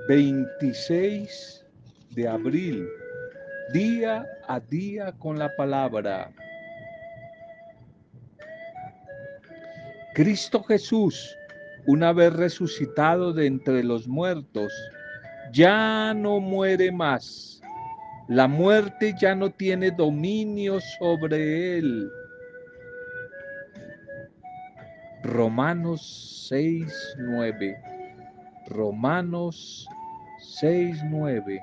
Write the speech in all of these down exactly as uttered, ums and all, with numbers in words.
veintiséis de abril, día a día con la palabra. Cristo Jesús, una vez resucitado de entre los muertos, ya no muere más. La muerte ya no tiene dominio sobre él. Romanos seis nueve. Romanos seis nueve.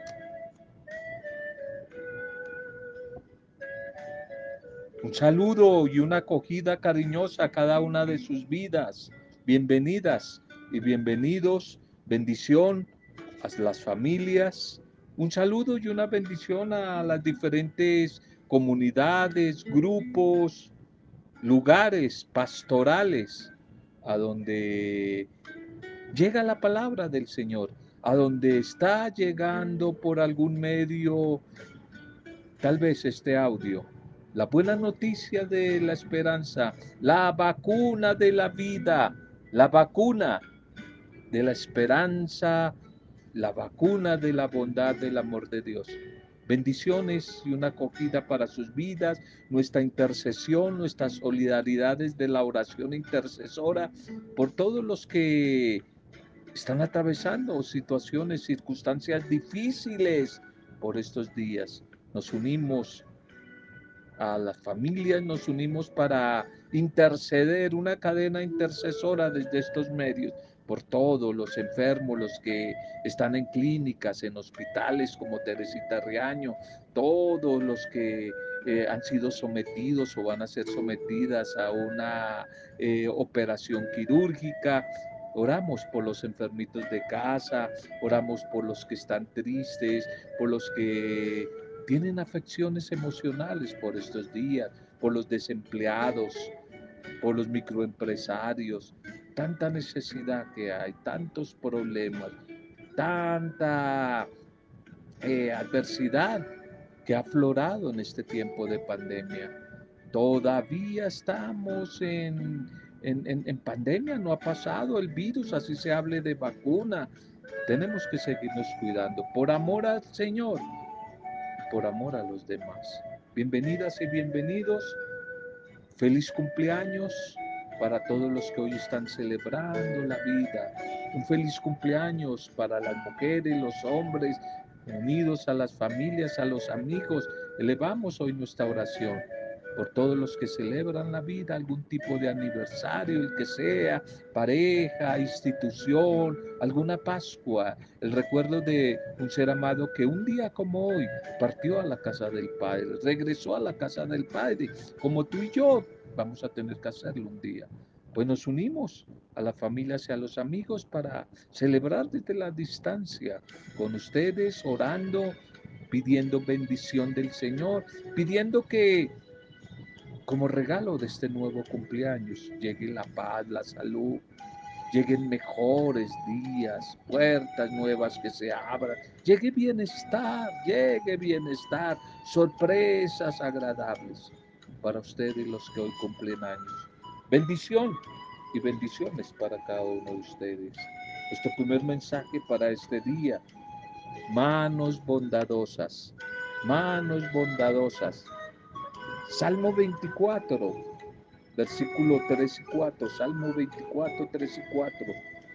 Un saludo y una acogida cariñosa a cada una de sus vidas. Bienvenidas y bienvenidos. Bendición a las familias. Un saludo y una bendición a las diferentes comunidades, grupos, lugares pastorales, a donde llega la palabra del Señor, a donde está llegando por algún medio, tal vez este audio, la buena noticia de la esperanza, la vacuna de la vida, la vacuna de la esperanza, la vacuna de la bondad, del amor de Dios. Bendiciones y una acogida para sus vidas, nuestra intercesión, nuestras solidaridades de la oración intercesora por todos los que están atravesando situaciones, circunstancias difíciles por estos días. Nos unimos a las familias, nos unimos para interceder, una cadena intercesora desde estos medios, por todos los enfermos, los que están en clínicas, en hospitales como Teresita Riaño, todos los que eh, han sido sometidos o van a ser sometidas a una eh, operación quirúrgica. Oramos por los enfermitos de casa, oramos por los que están tristes, por los que tienen afecciones emocionales por estos días, por los desempleados, por los microempresarios, tanta necesidad que hay, tantos problemas, tanta eh, adversidad que ha aflorado en este tiempo de pandemia. Todavía estamos en, en, en, en pandemia, no ha pasado el virus, así se hable de vacuna. Tenemos que seguirnos cuidando por amor al Señor, por amor a los demás. Bienvenidas y bienvenidos. Feliz cumpleaños para todos los que hoy están celebrando la vida. Un feliz cumpleaños para las mujeres, los hombres, unidos a las familias, a los amigos. Elevamos hoy nuestra oración por todos los que celebran la vida, algún tipo de aniversario, el que sea, pareja, institución, alguna Pascua, el recuerdo de un ser amado que un día como hoy partió a la casa del Padre, regresó a la casa del Padre, como tú y yo vamos a tener que hacerlo un día. Pues nos unimos a las familias y a los amigos para celebrar desde la distancia con ustedes, orando, pidiendo bendición del Señor, pidiendo que como regalo de este nuevo cumpleaños llegue la paz, la salud, lleguen mejores días, puertas nuevas que se abran, llegue bienestar, llegue bienestar, sorpresas agradables para ustedes y los que hoy cumplen años. Bendición y bendiciones para cada uno de ustedes. Nuestro primer mensaje para este día: manos bondadosas, manos bondadosas. Salmo veinticuatro, versículo tres y cuatro, Salmo veinticuatro, tres y cuatro.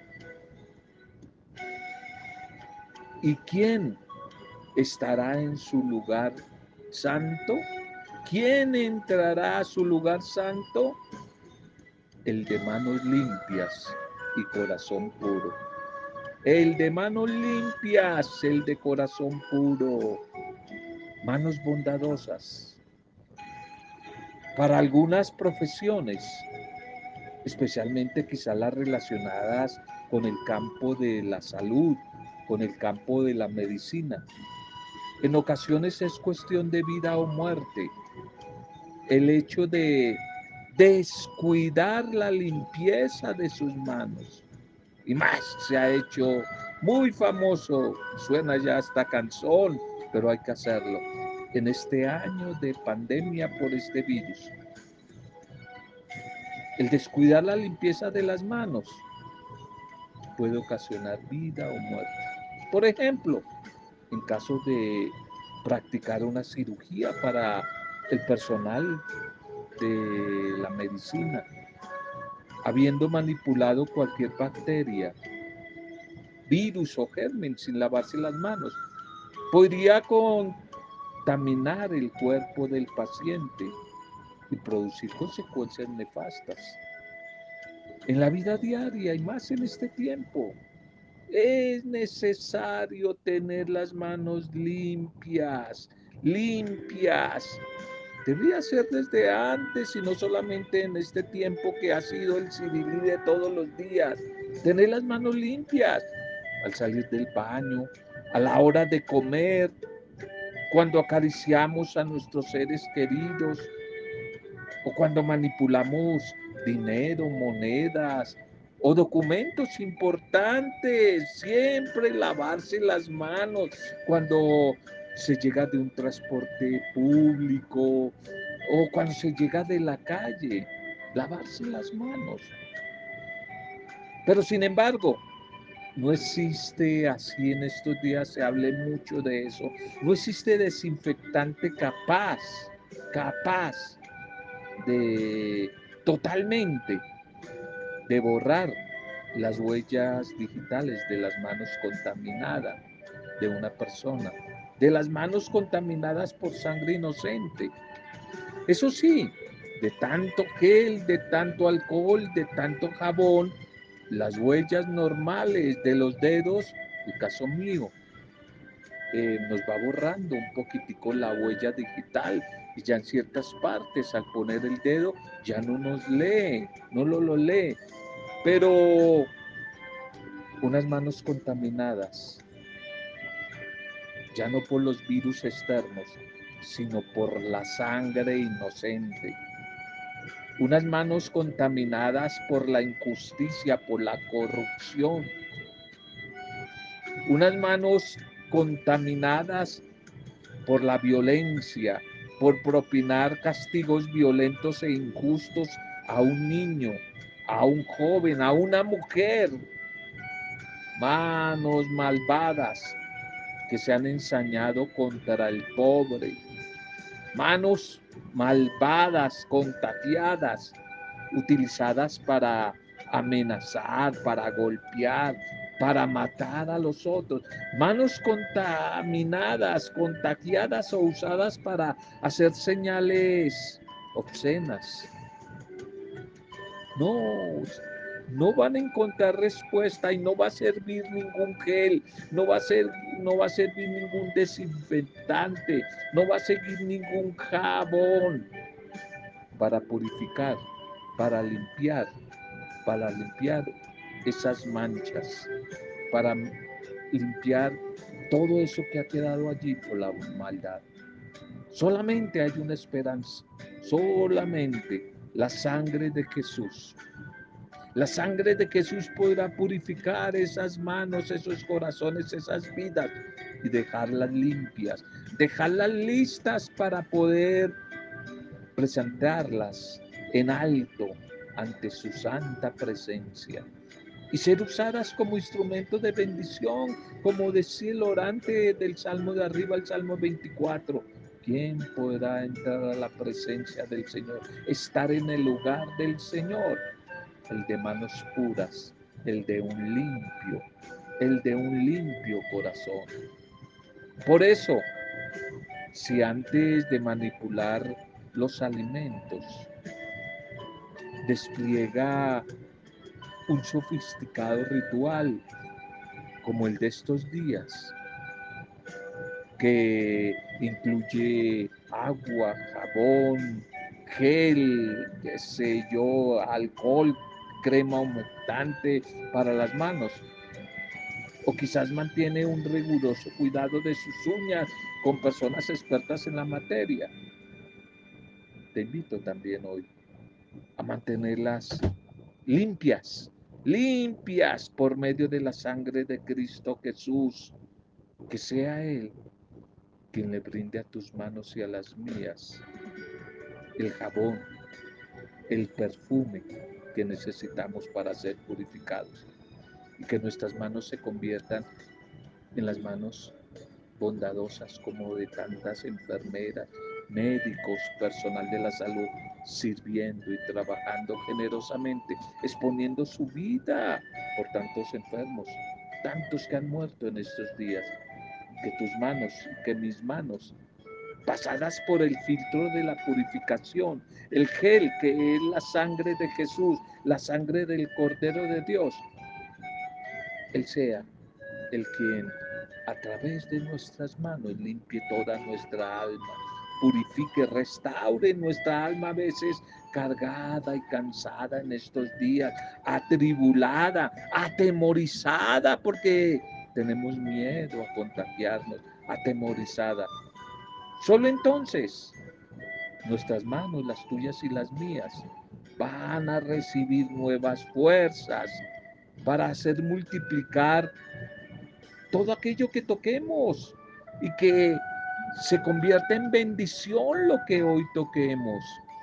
¿Y quién estará en su lugar santo? ¿Quién entrará a su lugar santo? El de manos limpias y corazón puro. El de manos limpias, el de corazón puro. Manos bondadosas. Para algunas profesiones, especialmente quizás las relacionadas con el campo de la salud, con el campo de la medicina, en ocasiones es cuestión de vida o muerte. El hecho de descuidar la limpieza de sus manos. Y más se ha hecho muy famoso, suena ya hasta canción, pero hay que hacerlo. En este año de pandemia por este virus, el descuidar la limpieza de las manos puede ocasionar vida o muerte. Por ejemplo, en caso de practicar una cirugía para el personal de la medicina, habiendo manipulado cualquier bacteria, virus o germen sin lavarse las manos, podría contaminar el cuerpo del paciente y producir consecuencias nefastas en la vida diaria y más en este tiempo. Es necesario tener las manos limpias, limpias. Debía ser desde antes y no solamente en este tiempo que ha sido el cirilí de todos los días. Tener las manos limpias al salir del baño, a la hora de comer, cuando acariciamos a nuestros seres queridos o cuando manipulamos dinero, monedas o documentos importantes. Siempre lavarse las manos cuando se llega de un transporte público o cuando se llega de la calle. Lavarse las manos. Pero sin embargo, no existe, así en estos días se hable mucho de eso, no existe desinfectante capaz, capaz de totalmente de borrar las huellas digitales de las manos contaminadas de una persona, de las manos contaminadas por sangre inocente. Eso sí, de tanto gel, de tanto alcohol, de tanto jabón, las huellas normales de los dedos, el caso mío, eh, nos va borrando un poquitico la huella digital y ya en ciertas partes al poner el dedo ya no nos lee, no lo, lo lee, pero unas manos contaminadas, ya no por los virus externos, sino por la sangre inocente. Unas manos contaminadas por la injusticia, por la corrupción. Unas manos contaminadas por la violencia, por propinar castigos violentos e injustos a un niño, a un joven, a una mujer. Manos malvadas que se han ensañado contra el pobre. Manos malvadas, contagiadas, utilizadas para amenazar, para golpear, para matar a los otros. Manos contaminadas, contagiadas o usadas para hacer señales obscenas. No, no van a encontrar respuesta y no va a servir ningún gel, no va a ser, no va a servir ningún desinfectante, no va a seguir ningún jabón para purificar, para limpiar, para limpiar esas manchas, para limpiar todo eso que ha quedado allí por la maldad. Solamente hay una esperanza, solamente la sangre de Jesús. La sangre de Jesús podrá purificar esas manos, esos corazones, esas vidas y dejarlas limpias, dejarlas listas para poder presentarlas en alto ante su santa presencia y ser usadas como instrumento de bendición, como decía el orante del Salmo de arriba, el Salmo veinticuatro. ¿Quién podrá entrar a la presencia del Señor? Estar en el lugar del Señor. El de manos puras, el de un limpio, el de un limpio corazón. Por eso, si antes de manipular los alimentos, despliega un sofisticado ritual como el de estos días, que incluye agua, jabón, gel, qué sé yo, alcohol, crema humectante para las manos, o quizás mantiene un riguroso cuidado de sus uñas con personas expertas en la materia. Te invito también hoy a mantenerlas limpias, limpias por medio de la sangre de Cristo Jesús, que sea Él quien le brinde a tus manos y a las mías el jabón, el perfume que necesitamos para ser purificados y que nuestras manos se conviertan en las manos bondadosas como de tantas enfermeras, médicos, personal de la salud, sirviendo y trabajando generosamente, exponiendo su vida por tantos enfermos, tantos que han muerto en estos días. Que tus manos, que mis manos, pasadas por el filtro de la purificación, el gel que es la sangre de Jesús, la sangre del Cordero de Dios, Él sea el quien a través de nuestras manos limpie toda nuestra alma, purifique, restaure nuestra alma a veces cargada y cansada en estos días, atribulada, atemorizada, porque tenemos miedo a contagiarnos, atemorizada. Solo entonces nuestras manos, las tuyas y las mías, van a recibir nuevas fuerzas para hacer multiplicar todo aquello que toquemos y que se convierta en bendición lo que hoy toquemos.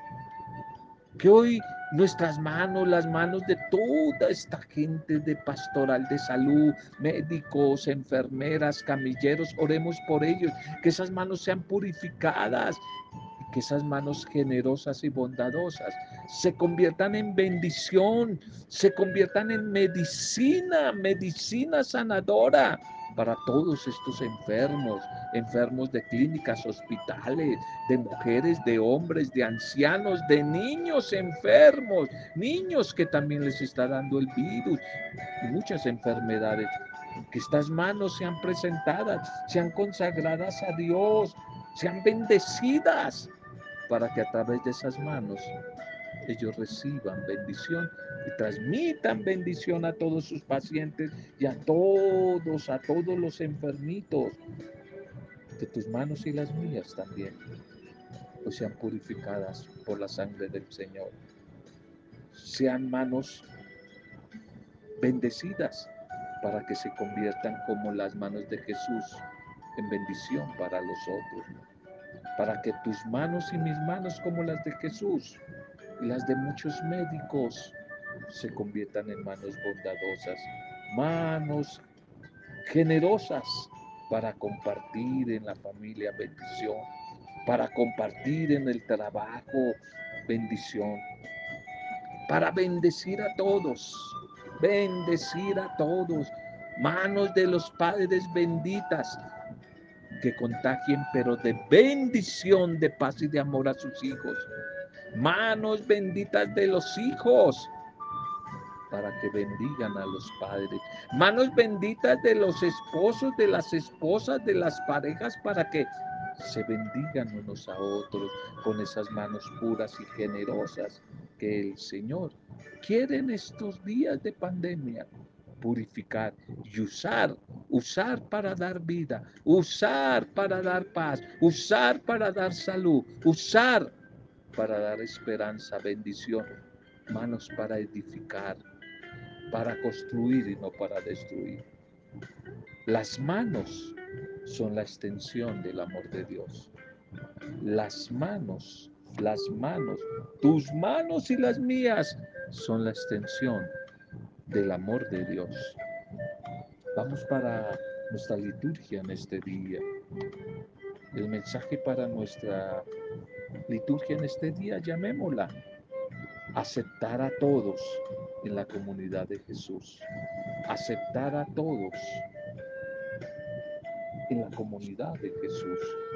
Que hoy nuestras manos, las manos de toda esta gente de pastoral de salud, médicos, enfermeras, camilleros, oremos por ellos, que esas manos sean purificadas, que esas manos generosas y bondadosas se conviertan en bendición, se conviertan en medicina, medicina sanadora para todos estos enfermos, enfermos de clínicas, hospitales, de mujeres, de hombres, de ancianos, de niños enfermos, niños que también les está dando el virus y muchas enfermedades. Que estas manos sean presentadas, sean consagradas a Dios, sean bendecidas, para que a través de esas manos ellos reciban bendición y transmitan bendición a todos sus pacientes y a todos, a todos los enfermitos. Que tus manos y las mías también pues sean purificadas por la sangre del Señor. Sean manos bendecidas para que se conviertan como las manos de Jesús en bendición para los otros. Para que tus manos y mis manos como las de Jesús y las de muchos médicos se conviertan en manos bondadosas, manos generosas para compartir en la familia bendición, para compartir en el trabajo bendición, para bendecir a todos, bendecir a todos, manos de los padres benditas que contagien, pero de bendición, de paz y de amor a sus hijos, manos benditas de los hijos para que bendigan a los padres, manos benditas de los esposos, de las esposas, de las parejas, para que se bendigan unos a otros con esas manos puras y generosas que el Señor quiere en estos días de pandemia purificar y usar, usar para dar vida, usar para dar paz, usar para dar salud, usar para dar esperanza, bendición, manos para edificar, para construir y no para destruir. Las manos son la extensión del amor de Dios. Las manos, las manos, tus manos y las mías son la extensión del amor de Dios. Vamos para nuestra liturgia en este día. El mensaje para nuestra liturgia en este día, llamémosla, aceptar a todos en la comunidad de Jesús. Aceptar a todos en la comunidad de Jesús.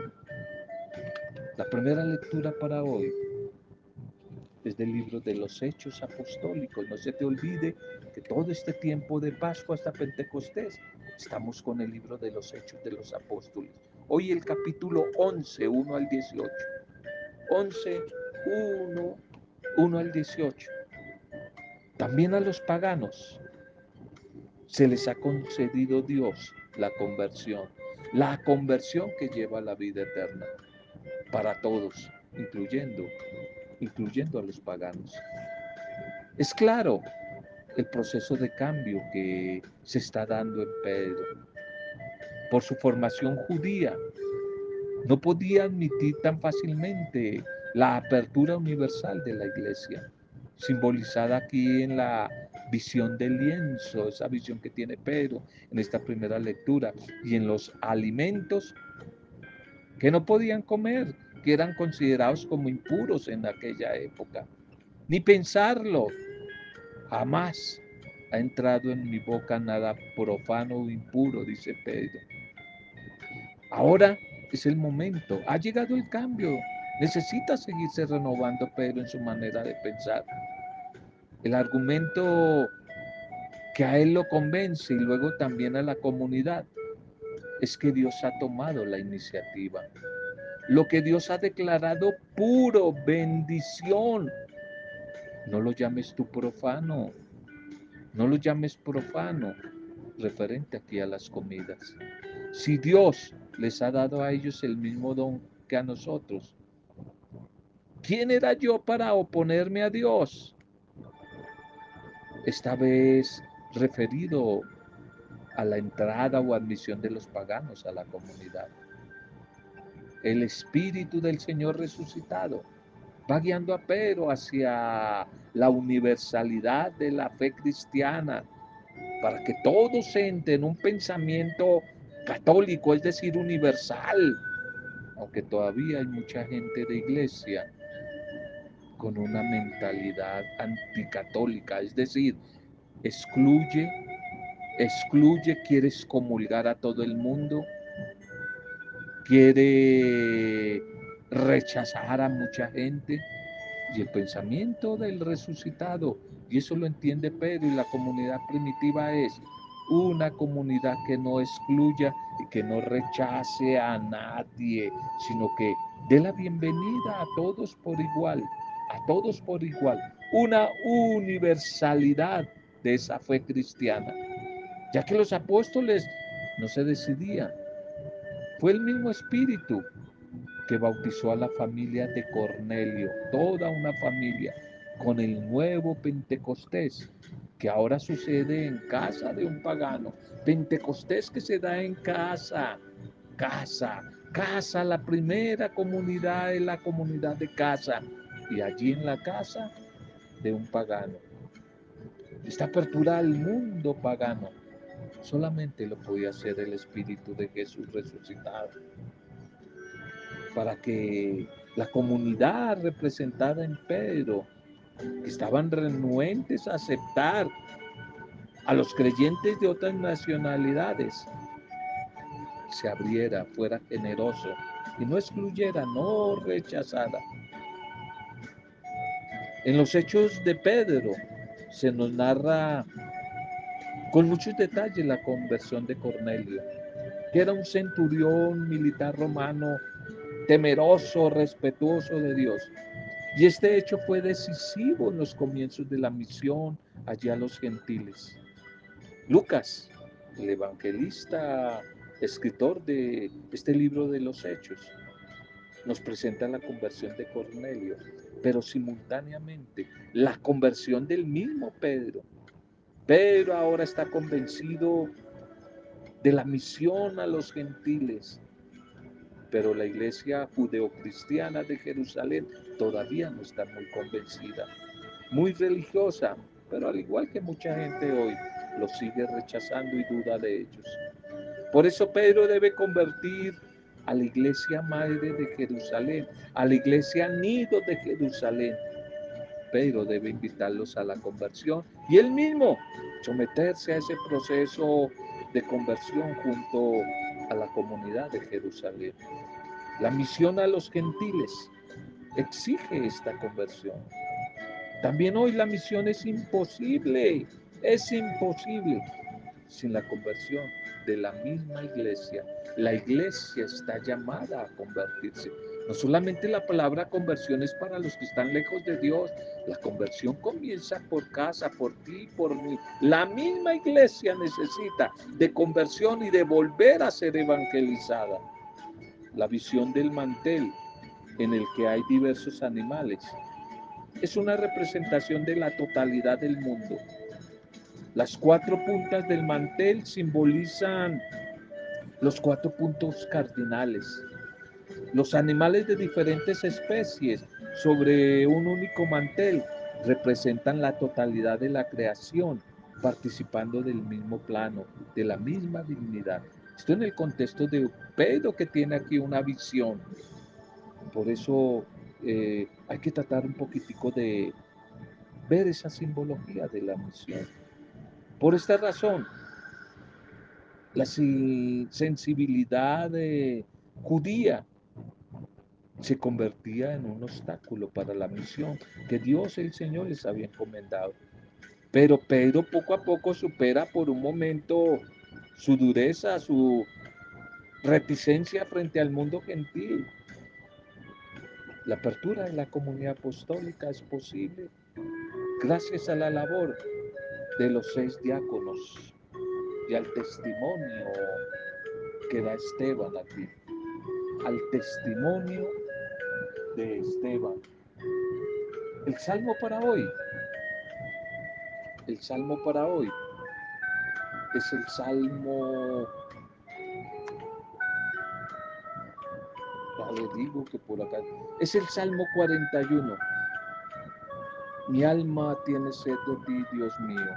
La primera lectura para hoy es del libro de los Hechos Apostólicos. No se te olvide que todo este tiempo de Pascua hasta Pentecostés estamos con el libro de los Hechos de los Apóstoles. Hoy el capítulo once, uno al dieciocho. once, uno, uno al dieciocho. También a los paganos se les ha concedido Dios la conversión, la conversión que lleva a la vida eterna para todos, incluyendo, incluyendo a los paganos. Es claro el proceso de cambio que se está dando en Pedro. Por su formación judía, no podía admitir tan fácilmente la apertura universal de la iglesia. simbolizada aquí en la visión del lienzo, esa visión que tiene Pedro en esta primera lectura, y en los alimentos que no podían comer, que eran considerados como impuros en aquella época. Ni pensarlo, jamás ha entrado en mi boca nada profano o impuro, dice Pedro. Ahora es el momento, ha llegado el cambio. Necesita seguirse renovando Pedro en su manera de pensar. El argumento que a él lo convence y luego también a la comunidad es que Dios ha tomado la iniciativa. Lo que Dios ha declarado puro, bendición. No lo llames tú profano, no lo llames profano, referente aquí a las comidas. Si Dios les ha dado a ellos el mismo don que a nosotros, ¿quién era yo para oponerme a Dios? Esta vez referido a la entrada o admisión de los paganos a la comunidad. El Espíritu del Señor resucitado va guiando a Pedro hacia la universalidad de la fe cristiana, para que todos entren en un pensamiento católico, es decir, universal, aunque todavía hay mucha gente de iglesia con una mentalidad anticatólica, es decir, excluye, excluye, quiere excomulgar a todo el mundo, quiere rechazar a mucha gente. Y el pensamiento del resucitado, y eso lo entiende Pedro, y la comunidad primitiva es una comunidad que no excluya y que no rechace a nadie, sino que dé la bienvenida a todos por igual, a todos por igual. Una universalidad de esa fe cristiana, ya que los apóstoles no se decidían. Fue el mismo Espíritu que bautizó a la familia de Cornelio, toda una familia, con el nuevo Pentecostés, que ahora sucede en casa de un pagano. Pentecostés que se da en casa, casa, casa, la primera comunidad es la comunidad de casa, y allí en la casa de un pagano. Esta apertura al mundo pagano solamente lo podía hacer el Espíritu de Jesús resucitado, para que la comunidad representada en Pedro, que estaban renuentes a aceptar a los creyentes de otras nacionalidades, se abriera, fuera generoso y no excluyera, no rechazara. En los hechos de Pedro se nos narra con muchos detalles la conversión de Cornelio, que era un centurión militar romano temeroso, respetuoso de Dios. Y este hecho fue decisivo en los comienzos de la misión allá a los gentiles. Lucas, el evangelista, escritor de este libro de los Hechos, nos presenta la conversión de Cornelio, pero simultáneamente la conversión del mismo Pedro. Pedro ahora está convencido de la misión a los gentiles, pero la iglesia judeocristiana de Jerusalén todavía no está muy convencida, muy religiosa, pero al igual que mucha gente hoy, lo sigue rechazando y duda de ellos. Por eso Pedro debe convertir a la iglesia madre de Jerusalén, a la iglesia nido de Jerusalén. Pedro debe invitarlos a la conversión y él mismo someterse a ese proceso de conversión junto a la comunidad de Jerusalén. La misión a los gentiles exige esta conversión. También hoy la misión es imposible, es imposible sin la conversión de la misma iglesia. La iglesia está llamada a convertirse. No solamente la palabra conversión es para los que están lejos de Dios, la conversión comienza por casa, por ti, por mí. La misma iglesia necesita de conversión y de volver a ser evangelizada. La visión del mantel en el que hay diversos animales es una representación de la totalidad del mundo. Las cuatro puntas del mantel simbolizan los cuatro puntos cardinales. Los animales de diferentes especies sobre un único mantel representan la totalidad de la creación, participando del mismo plano, de la misma dignidad. Esto en el contexto de Pedro, que tiene aquí una visión. Por eso eh, hay que tratar un poquitico de ver esa simbología de la misión. Por esta razón, la sensibilidad eh, judía se convertía en un obstáculo para la misión que Dios el Señor les había encomendado. Pero Pedro poco a poco supera por un momento su dureza, su reticencia frente al mundo gentil. La apertura de la comunidad apostólica es posible gracias a la labor de los seis diáconos y al testimonio que da Esteban aquí, al testimonio de Esteban. El salmo para hoy, el salmo para hoy es el salmo, ya le digo que por acá, es el salmo cuarenta y uno. Mi alma tiene sed de ti, Dios mío.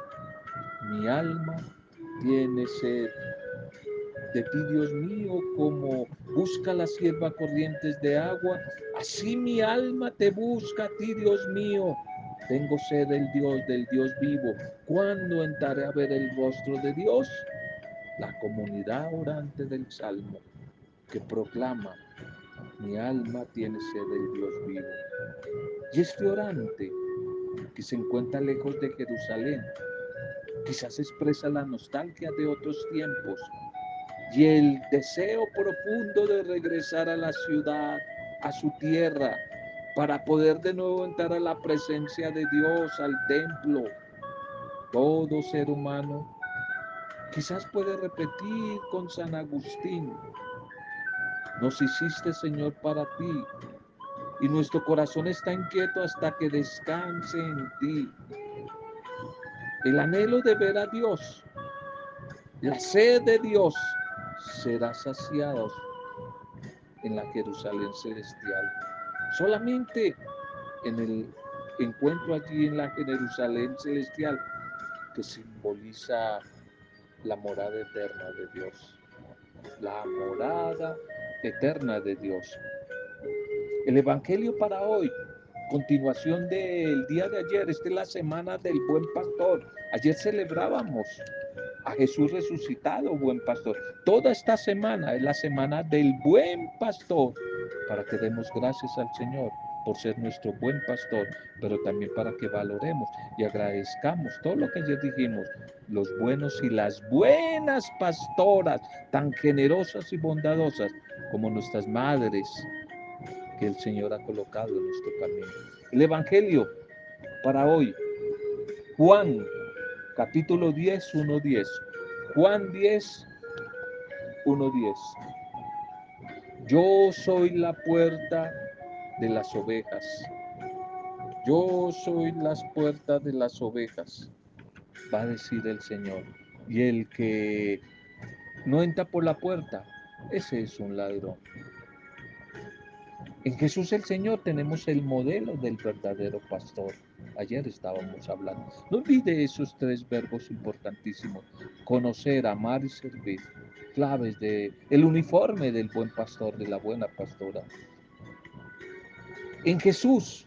Mi alma tiene sed de ti, Dios mío, como busca la sierva corrientes de agua, así mi alma te busca a ti, Dios mío. Tengo sed del Dios, del Dios vivo. ¿Cuándo entraré a ver el rostro de Dios? La comunidad orante del Salmo que proclama, mi alma tiene sed del Dios vivo. Y este orante que se encuentra lejos de Jerusalén, quizás expresa la nostalgia de otros tiempos y el deseo profundo de regresar a la ciudad, a su tierra, para poder de nuevo entrar a la presencia de Dios, al templo. Todo ser humano quizás puede repetir con San Agustín, nos hiciste, Señor, para ti, y nuestro corazón está inquieto hasta que descanse en ti. El anhelo de ver a Dios, la sed de Dios, será saciado en la Jerusalén celestial. Solamente en el encuentro allí en la Jerusalén celestial que simboliza la morada eterna de Dios. La morada eterna de Dios. El Evangelio para hoy, continuación del día de ayer, esta es la semana del Buen Pastor. Ayer celebrábamos a Jesús resucitado, Buen Pastor. Toda esta semana es la semana del Buen Pastor, para que demos gracias al Señor por ser nuestro Buen Pastor, pero también para que valoremos y agradezcamos todo lo que ayer dijimos, los buenos y las buenas pastoras, tan generosas y bondadosas como nuestras madres, que el Señor ha colocado en nuestro camino. El Evangelio para hoy, Juan, capítulo diez, uno diez. Juan diez, uno diez. Yo soy la puerta de las ovejas. Yo soy las puertas de las ovejas, va a decir el Señor. Y el que no entra por la puerta, ese es un ladrón. En Jesús el Señor tenemos el modelo del verdadero pastor. Ayer estábamos hablando. No olvide esos tres verbos importantísimos: conocer, amar y servir. Claves de el uniforme del buen pastor, de la buena pastora. En Jesús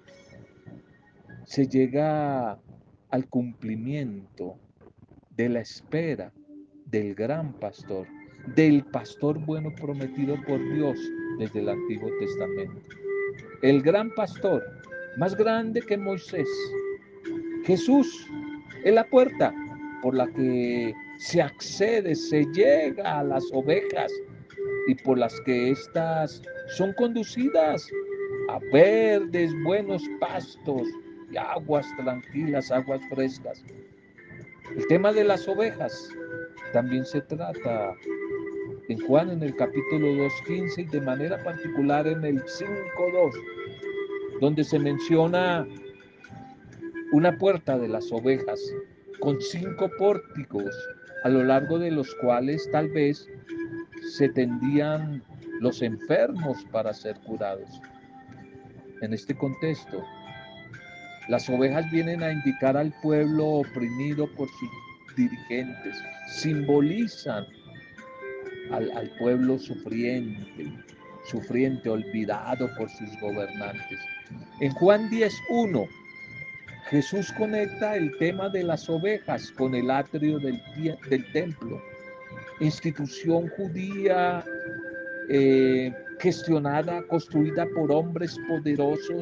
se llega al cumplimiento de la espera del gran pastor, del pastor bueno prometido por Dios desde el Antiguo Testamento. El gran pastor, más grande que Moisés. Jesús es la puerta por la que se accede, se llega a las ovejas y por las que éstas son conducidas a verdes, buenos pastos y aguas tranquilas, aguas frescas. El tema de las ovejas también se trata en Juan en el capítulo dos, quince y de manera particular en el cinco, dos, donde se menciona una puerta de las ovejas con cinco pórticos a lo largo de los cuales tal vez se tendían los enfermos para ser curados. En este contexto, Las ovejas vienen a indicar al pueblo oprimido por sus dirigentes, simbolizan al, al pueblo sufriente, sufriente, olvidado por sus gobernantes. En Juan diez uno, Jesús conecta el tema de las ovejas con el atrio del, del templo, institución judía eh, gestionada, construida por hombres poderosos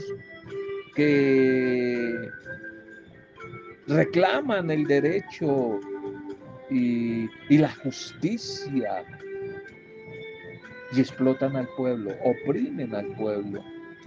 que reclaman el derecho y, y la justicia y explotan al pueblo, oprimen al pueblo.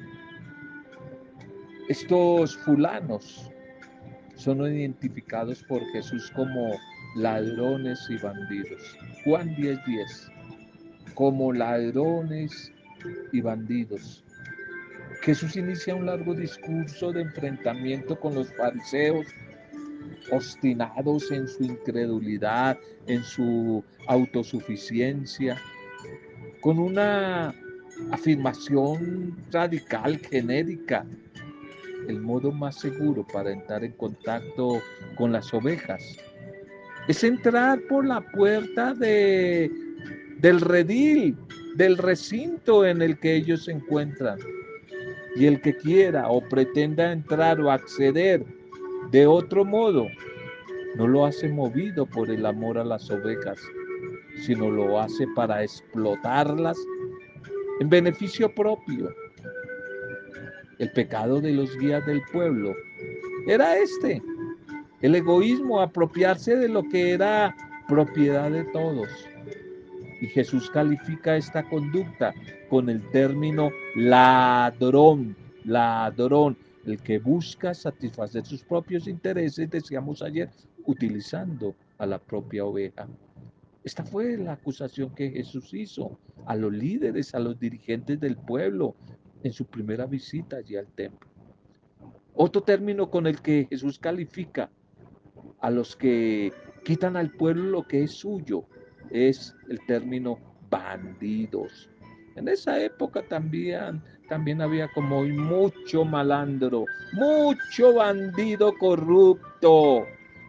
Estos fulanos son identificados por Jesús como ladrones y bandidos. Juan diez diez, como ladrones y bandidos. Jesús inicia un largo discurso de enfrentamiento con los fariseos, obstinados en su incredulidad, en su autosuficiencia, con una afirmación radical, genérica. El modo más seguro para entrar en contacto con las ovejas es entrar por la puerta de, del redil, del recinto en el que ellos se encuentran. Y el que quiera o pretenda entrar o acceder de otro modo, no lo hace movido por el amor a las ovejas, sino lo hace para explotarlas en beneficio propio. El pecado de los guías del pueblo era este, el egoísmo, apropiarse de lo que era propiedad de todos. Y Jesús califica esta conducta con el término ladrón, ladrón, el que busca satisfacer sus propios intereses, decíamos ayer, utilizando a la propia oveja. Esta fue la acusación que Jesús hizo a los líderes, a los dirigentes del pueblo en su primera visita allí al templo. Otro término con el que Jesús califica a los que quitan al pueblo lo que es suyo es el término bandidos. En esa época también, también había como hoy mucho malandro, mucho bandido corrupto.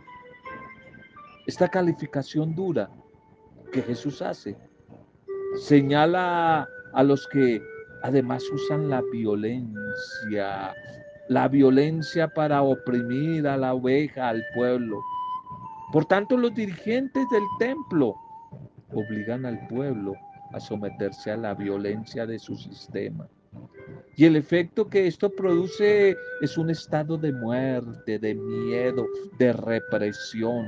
Esta calificación dura que Jesús hace señala a los que además usan la violencia, la violencia para oprimir a la oveja, al pueblo. Por tanto, los dirigentes del templo obligan al pueblo a someterse a la violencia de su sistema. Y el efecto que esto produce es un estado de muerte, de miedo, de represión.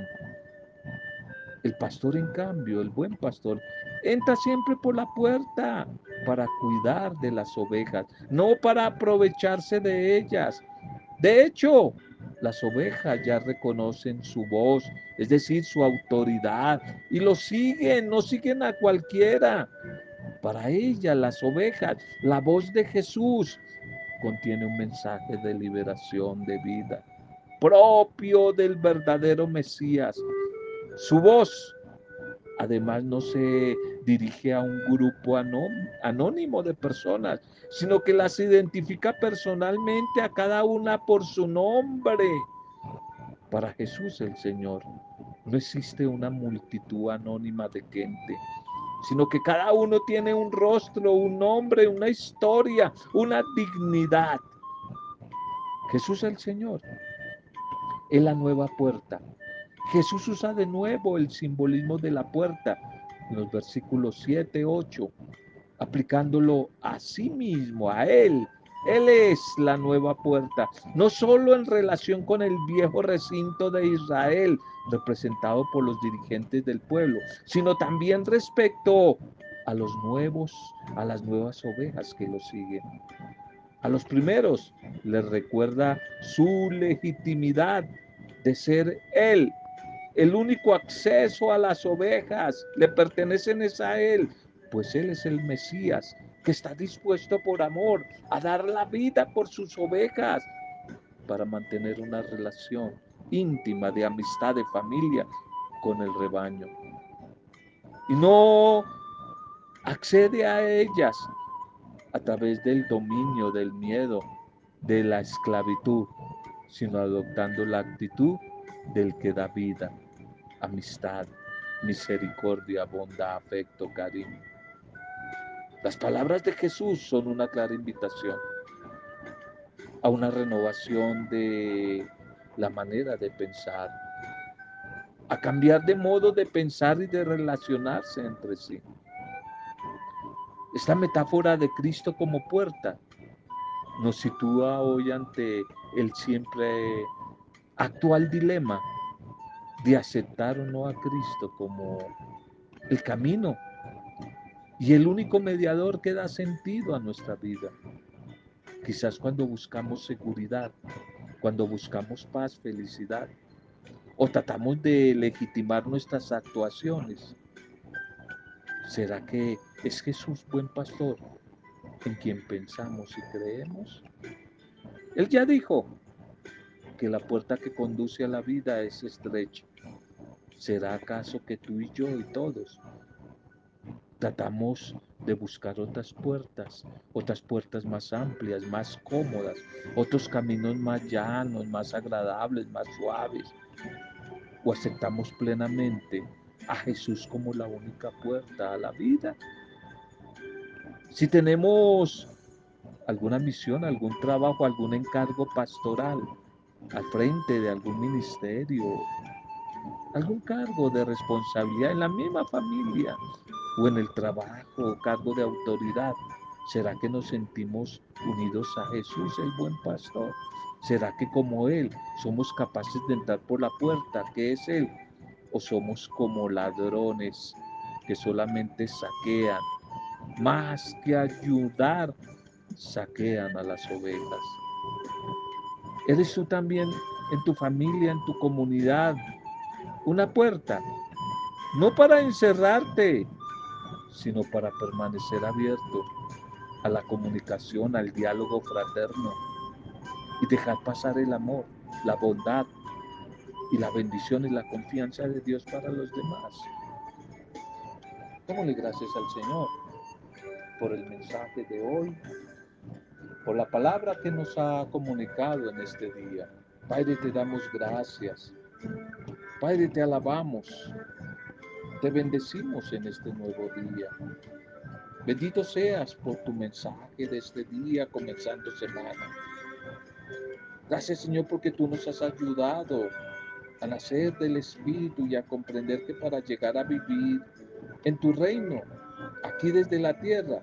El pastor, en cambio, el buen pastor, entra siempre por la puerta para cuidar de las ovejas, no para aprovecharse de ellas. De hecho, las ovejas ya reconocen su voz, es decir, su autoridad, y lo siguen, no siguen a cualquiera. Para ellas, las ovejas, la voz de Jesús contiene un mensaje de liberación, de vida, propio del verdadero Mesías. Su voz, además, no se dirige a un grupo anónimo de personas, sino que las identifica personalmente a cada una por su nombre. Para Jesús el Señor no existe una multitud anónima de gente, sino que cada uno tiene un rostro, un nombre, una historia, una dignidad. Jesús el Señor es la nueva puerta. Jesús usa de nuevo el simbolismo de la puerta en los versículos siete, ocho, aplicándolo a sí mismo, a Él. Él es la nueva puerta, no solo en relación con el viejo recinto de Israel, representado por los dirigentes del pueblo, sino también respecto a los nuevos, a las nuevas ovejas que lo siguen. A los primeros les recuerda su legitimidad de ser Él. El único acceso a las ovejas le pertenecen es a Él, pues Él es el Mesías, que está dispuesto por amor a dar la vida por sus ovejas para mantener una relación íntima de amistad, de familia con el rebaño. Y no accede a ellas a través del dominio, del miedo, de la esclavitud, sino adoptando la actitud del que da vida, amistad, misericordia, bondad, afecto, cariño. Las palabras de Jesús son una clara invitación a una renovación de la manera de pensar, a cambiar de modo de pensar y de relacionarse entre sí. Esta metáfora de Cristo como puerta nos sitúa hoy ante el siempre actual dilema de aceptar o no a Cristo como el camino y el único mediador que da sentido a nuestra vida. Quizás cuando buscamos seguridad, cuando buscamos paz, felicidad, o tratamos de legitimar nuestras actuaciones, ¿será que es Jesús buen pastor en quien pensamos y creemos? Él ya dijo que la puerta que conduce a la vida es estrecha. ¿Será acaso que tú y yo y todos tratamos de buscar otras puertas, otras puertas más amplias, más cómodas, otros caminos más llanos, más agradables, más suaves? ¿O aceptamos plenamente a Jesús como la única puerta a la vida? Si tenemos alguna misión, algún trabajo, algún encargo pastoral al frente de algún ministerio, algún cargo de responsabilidad en la misma familia o en el trabajo, cargo de autoridad, ¿será que nos sentimos unidos a Jesús, el buen pastor? ¿Será que como Él somos capaces de entrar por la puerta que es Él? ¿O somos como ladrones que solamente saquean, más que ayudar, saquean a las ovejas? ¿Eres tú también en tu familia, en tu comunidad, una puerta? No para encerrarte, sino para permanecer abierto a la comunicación, al diálogo fraterno y dejar pasar el amor, la bondad y la bendición y la confianza de Dios para los demás. Démosle gracias al Señor por el mensaje de hoy, por la palabra que nos ha comunicado en este día. Padre, te damos gracias. Padre, te alabamos. Te bendecimos en este nuevo día. Bendito seas por tu mensaje de este día, comenzando semana. Gracias, Señor, porque tú nos has ayudado a nacer del Espíritu y a comprender que para llegar a vivir en tu reino, aquí desde la tierra,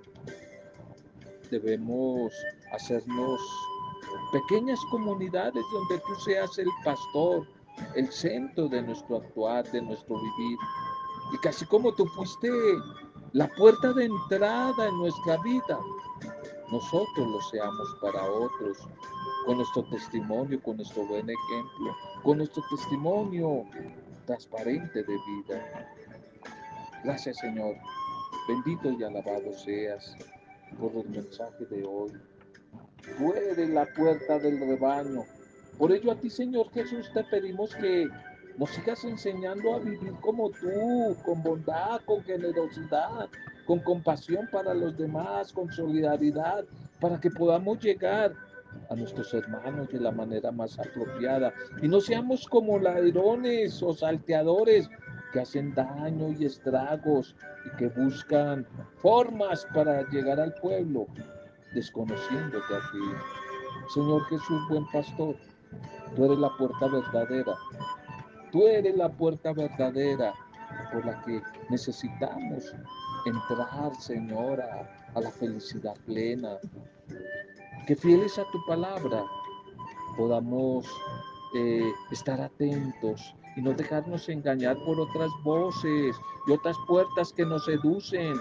debemos hacernos pequeñas comunidades donde tú seas el pastor, el centro de nuestro actuar, de nuestro vivir. Y casi como tú fuiste la puerta de entrada en nuestra vida, nosotros lo seamos para otros, con nuestro testimonio, con nuestro buen ejemplo, con nuestro testimonio transparente de vida. Gracias, Señor. Bendito y alabado seas por el mensaje de hoy. Tú eres la puerta del rebaño. Por ello a ti, Señor Jesús, te pedimos que nos sigas enseñando a vivir como tú, con bondad, con generosidad, con compasión para los demás, con solidaridad, para que podamos llegar a nuestros hermanos de la manera más apropiada y no seamos como ladrones o salteadores que hacen daño y estragos y que buscan formas para llegar al pueblo desconociéndote a ti. Señor Jesús, buen pastor, tú eres la puerta verdadera. Tú eres la puerta verdadera por la que necesitamos entrar, Señora, a la felicidad plena. Que fieles a tu palabra podamos eh, estar atentos y no dejarnos engañar por otras voces y otras puertas que nos seducen.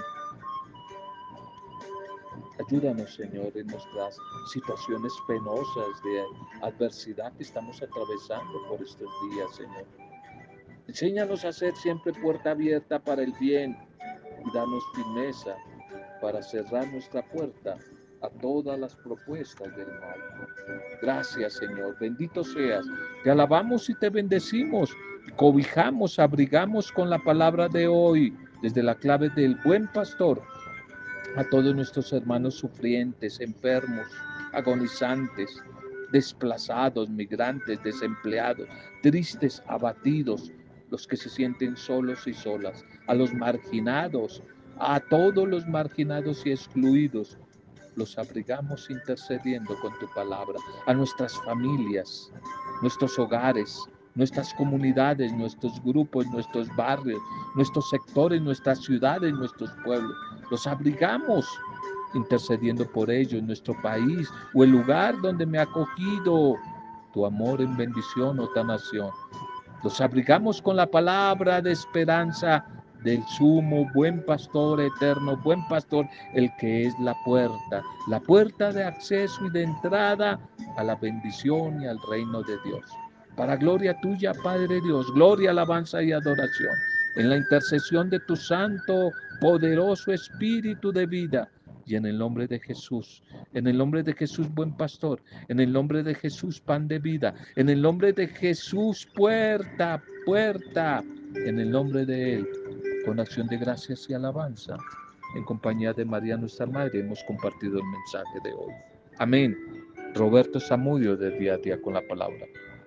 Ayúdanos, Señor, en nuestras situaciones penosas de adversidad que estamos atravesando por estos días, Señor. Enséñanos a ser siempre puerta abierta para el bien y danos firmeza para cerrar nuestra puerta a todas las propuestas del mal. Gracias, Señor. Bendito seas. Te alabamos y te bendecimos. Cobijamos, abrigamos con la palabra de hoy desde la clave del buen pastor a todos nuestros hermanos sufrientes, enfermos, agonizantes. desplazados, migrantes, desempleados, tristes, abatidos, los que se sienten solos y solas, a los marginados, a todos los marginados y excluidos, los abrigamos intercediendo con tu palabra, a nuestras familias, nuestros hogares, nuestras comunidades, nuestros grupos, nuestros barrios, nuestros sectores, nuestras ciudades, nuestros pueblos. Los abrigamos intercediendo por ellos, nuestro país o el lugar donde me ha acogido tu amor en bendición, otra nación. Los abrigamos con la palabra de esperanza del sumo, buen pastor eterno, buen pastor, el que es la puerta, la puerta de acceso y de entrada a la bendición y al reino de Dios. Para gloria tuya, Padre Dios, gloria, alabanza y adoración, en la intercesión de tu santo, poderoso Espíritu de vida, y en el nombre de Jesús, en el nombre de Jesús, buen pastor, en el nombre de Jesús, pan de vida, en el nombre de Jesús, puerta, puerta, en el nombre de Él, con acción de gracias y alabanza, en compañía de María nuestra Madre, hemos compartido el mensaje de hoy. Amén. Roberto Zamudio, de Día a Día con la Palabra.